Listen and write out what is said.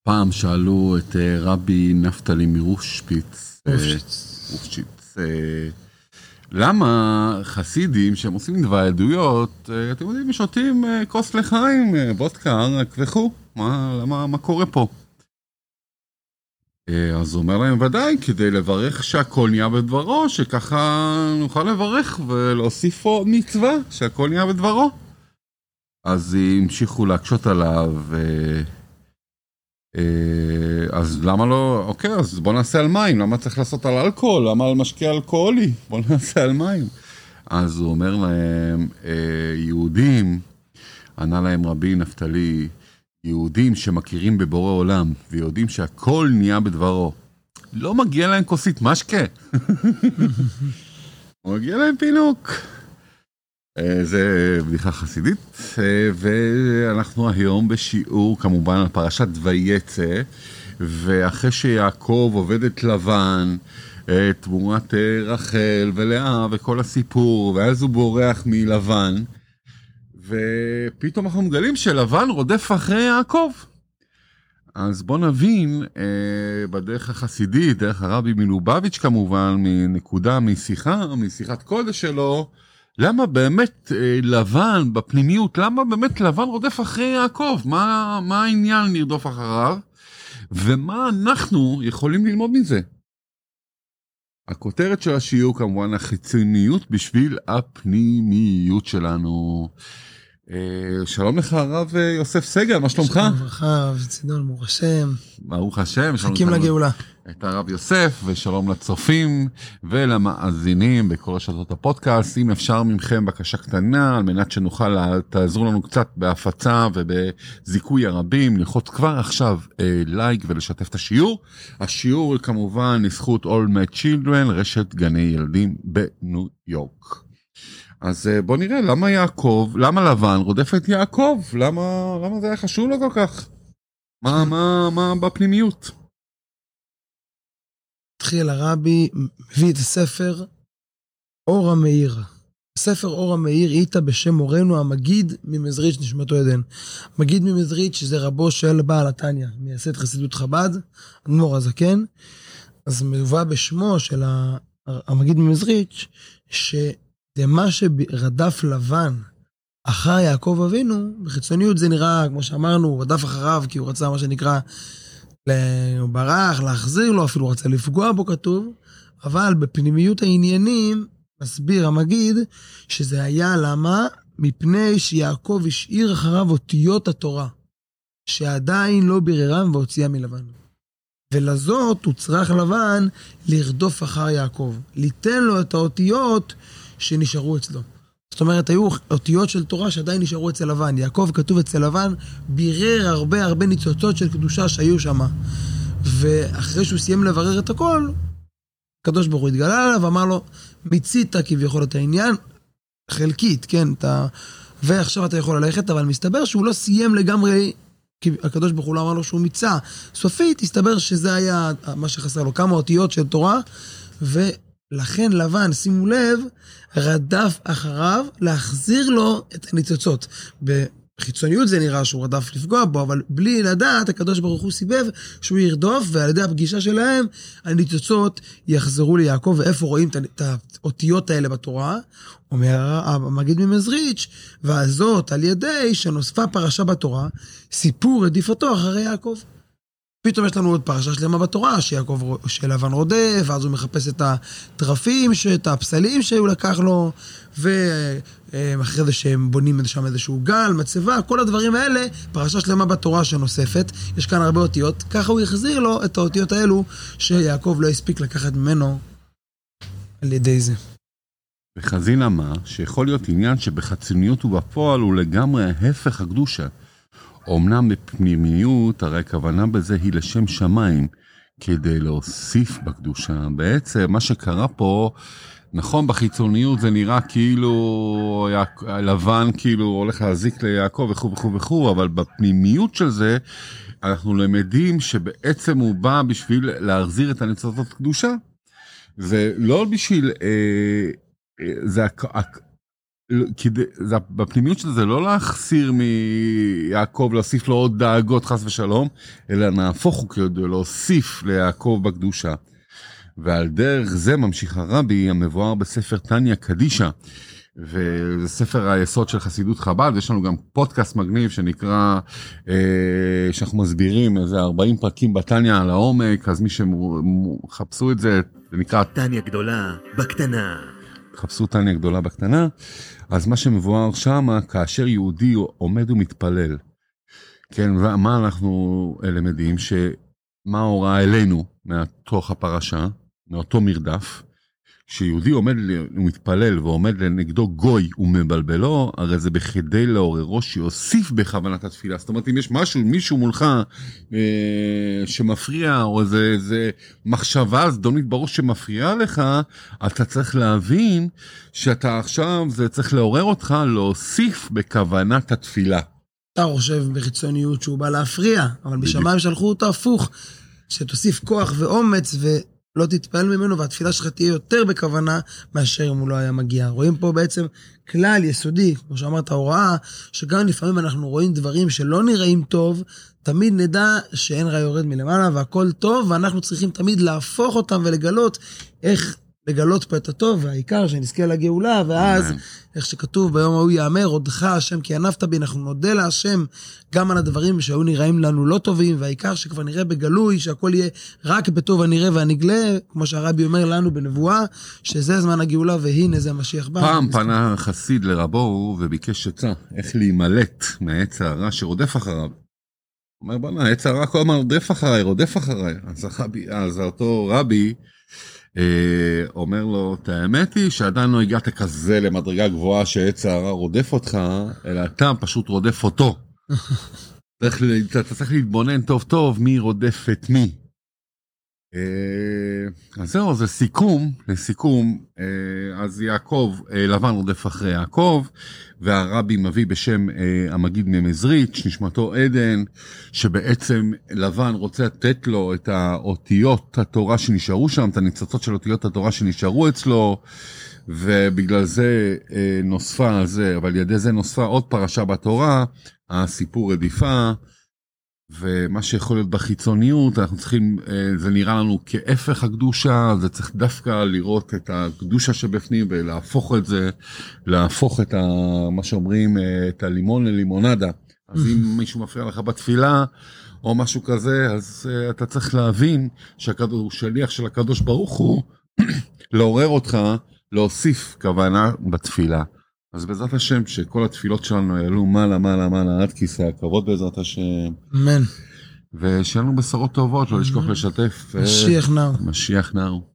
פעם שאלו את רבי נפתלי מרושפיץ, למה חסידים שהם עושים דבר עדויות, אתם יודעים, שותים כוס לחיים, וודקה, ערק וכו', מה קורה פה? אז הוא אומר להם, ודאי, כדי לברך שהכל נהיה בדברו, שככה נוכל לברך ולהוסיף פה מצווה, שהכל נהיה בדברו. אז המשיכו להקשות עליו, אז למה לא, אוקיי, אז בוא נעשה על מים, למה צריך לעשות על אלכוהול, למה על משקה אלכוהולי, בוא נעשה על מים. אז הוא אומר להם, יהודים, ענה להם רבי נפתלי, יהודים שמכירים בבורא עולם, ויודעים שהכל נהיה בדברו, לא מגיע להם כוסית משקה, מגיע להם פינוק. זה בדיחה חסידית, ואנחנו היום בשיעור כמובן על פרשת וייצא, ואחרי שיעקב עובד את לבן, תמורת רחל ולאה וכל הסיפור, ואז הוא בורח מלבן, ופתאום אנחנו מגלים שלבן רודף אחרי יעקב. אז בוא נבין בדרך החסידית, דרך הרבי מלובביץ' כמובן, משיחת קודש שלו, למה באמת לבן בפנימיות, למה באמת לבן רודף אחרי יעקב? מה העניין לרדוף אחריו? ומה אנחנו יכולים ללמוד מזה? הכותרת של השיעור כמובן החיצוניות בשביל הפנימיות שלנו. שלום לך הרב יוסף סגל, מה שלומך? שלום וברכה, צידון, ברוך השם. ברוך השם. מחכים לגאולה. את הרב יוסף, ושלום לצופים ולמאזינים בכל רשתות הפודקאסט. אם אפשר ממכם בקשה קטנה, על מנת שנוכל תעזרו לנו קצת בהפצה ובזיכוי הרבים, ללחוץ כבר עכשיו לייק ולשתף את השיעור. השיעור כמובן לזכות All My Children, רשת גני ילדים בניו יורק. אז בוא נראה למה לבן רודף את יעקב? למה זה היה חשוב לו כל כך? מה בפנימיות? התחיל הרבי, מביא את הספר אור המאיר. הספר אור המאיר איתה בשם מורנו המגיד ממזריץ' נשמתו עדן. מגיד ממזריץ' שזה רבו של בעל התניא, מייסד חסידות חב"ד, אדמו"ר הזקן. אז מבוא בשמו של המגיד ממזריץ' שזה מה שרדף לבן אחר יעקב אבינו, בחיצוניות זה נראה, כמו שאמרנו, הוא רדף אחריו כי הוא רצה מה שנקרא, הוא ברח, להחזיר לו, אפילו רצה לפגוע בו כתוב, אבל בפנימיות העניינים, מסביר המגיד, שזה היה למה? מפני שיעקב השאיר אחריו אותיות התורה, שעדיין לא ביררם והוציאה מלבן. ולזאת הוא צריך לבן לרדוף אחר יעקב, ליתן לו את האותיות שנשארו אצלו. זאת אומרת, היו אותיות של תורה שעדיין נשארו אצל לבן. יעקב כתוב אצל לבן, בירר הרבה ניצוצות של קדושה שהיו שם. ואחרי שהוא סיים לברר את הכל, הקדוש ברוך הוא התגלה עליו, אמר לו, מיצית כביכול את העניין, חלקית, כן, ועכשיו אתה יכול ללכת, אבל מסתבר שהוא לא סיים לגמרי, כי הקדוש ברוך הוא לא אמר לו שהוא מיצה. סופית, הסתבר שזה היה מה שחסר לו, כמה אותיות של תורה, לכן לבן, שימו לב, רדף אחריו להחזיר לו את הניצוצות. בחיצוניות זה נראה שהוא רדף לפגוע בו, אבל בלי לדעת, הקדוש ברוך הוא סיבב שהוא ירדוף, ועל ידי הפגישה שלהם, הניצוצות יחזרו ליעקב, ואיפה רואים את האותיות האלה בתורה? אומר המגיד ממזריץ', והזאת על ידי שנוספה פרשה בתורה, סיפור רדיפתו אחרי יעקב. פתאום יש לנו עוד פרשה שלמה בתורה, שלבן רודף, ואז הוא מחפש את הטרפים, את הפסלים שהוא לקח לו, ואחרי זה שהם בונים שם איזשהו גל, מצבה, כל הדברים האלה, פרשה שלמה בתורה שנוספת, יש כאן הרבה אותיות, ככה הוא יחזיר לו את האותיות האלו, שיעקב לא הספיק לקחת ממנו על ידי זה. וחזין אמר שיכול להיות עניין שבחצוניות ובפועל הוא לגמרי ההפך הקדושה. אמנם בפנימיות, הרי הכוונה בזה היא לשם שמיים, כדי להוסיף בקדושה. בעצם מה שקרה פה, נכון, בחיצוניות זה נראה כאילו לבן כאילו הולך להזיק ליעקב וכו', אבל בפנימיות של זה, אנחנו למדים שבעצם הוא בא בשביל להחזיר את הניצוצות קדושה, ולא בשביל, בפנימיות של זה לא להחסיר מיעקב, להוסיף לו עוד דאגות חס ושלום, אלא נהפוך הוא כדי להוסיף ליעקב בקדושה. ועל דרך זה ממשיך הרבי המבואר בספר תניא קדישא, וזה ספר היסוד של חסידות חב"ד, יש לנו גם פודקאסט מגניב שנקרא, שאנחנו מסבירים איזה 40 פרקים בתניא על העומק, אז מי שחפשו את זה, זה נקרא תניא גדולה בקטנה. חפשו תניא גדולה בקטנה, אז מה שמבואר שם, כאשר יהודי עומד ומתפלל, כן, ומה אנחנו למדים, שמה ההוראה אלינו מתוך הפרשה, מאותו מרדף, כשיהודי עומד ומתפלל ועומד לנגדו גוי ומבלבלו, הרי זה בכדי לעוררו שיוסיף בכוונת התפילה. זאת אומרת, אם יש מישהו מולך שמפריע, או איזה מחשבה זדונית בראש שמפריעה לך, אתה צריך להבין שאתה עכשיו, זה צריך לעורר אותך להוסיף בכוונת התפילה. אתה חושב בחיצוניות שהוא בא להפריע, אבל בשמיים שלחו אותו הפוך, שתוסיף כוח ואומץ לא תתפעל ממנו, והתפילה שלך תהיה יותר בכוונה מאשר אם הוא לא היה מגיע. רואים פה בעצם כלל יסודי, כמו שאמרת, ההוראה, שגם לפעמים אנחנו רואים דברים שלא נראים טוב, תמיד נדע שאין רע יורד מלמעלה והכל טוב, ואנחנו צריכים תמיד להפוך אותם ולגלות איך לגלות פה את הטוב, והעיקר שנזכה לגאולה, ואז איך שכתוב ביום ההוא יאמר, עודך השם כי ענפת בי, אנחנו נודה להשם גם על הדברים שהיו נראים לנו לא טובים, והעיקר שכבר נראה בגלוי, שהכל יהיה רק בטוב הנראה והנגלה, כמו שהרבי אומר לנו בנבואה, שזה זמן הגאולה והנה זה המשיח בא. פעם פנה חסיד לרבו וביקש עצה, איך להימלט מהעץ הרע שרודף אחריו. הוא אומר, בנה, העץ הרע כל הזמן רודף אחריי. אז אותו רבי, אומר לו, את האמת היא שעדיין לא הגעת כזה למדרגה גבוהה שעץ הרע רודף אותך, אלא אתה פשוט רודף אותו. אתה צריך להתבונן טוב טוב מי רודף את מי. אז זהו, זה לסיכום, אז יעקב, לבן רודף אחרי יעקב, והרבי מביא בשם המגיד ממזריץ', נשמתו עדן, שבעצם לבן רוצה לתת לו את האותיות התורה שנשארו שם, את הניצוצות של אותיות התורה שנשארו אצלו, ובגלל זה נוספה על זה, אבל ידי זה נוספה עוד פרשה בתורה, הסיפור רדיפה, ומה שיכול להיות בחיצוניות, אנחנו צריכים, זה נראה לנו כאפך הקדושה, זה צריך דווקא לראות את הקדושה שבפנים, ולהפוך את זה, להפוך את מה שאומרים, את הלימון ללימונדה. אז אם מישהו מפריע לך בתפילה, או משהו כזה, אז אתה צריך להבין שהקדוש שליח של הקדוש ברוך הוא, לעורר אותך, להוסיף כוונה בתפילה. אז בעזרת השם שכל התפילות שלנו יעלו מעלה מעלה מעלה עד כיסא הכבוד בעזרת השם. אמן. ושיהיה לנו בשורות טובות, לא לשכוח לשתף. משיח נאו. משיח נאו.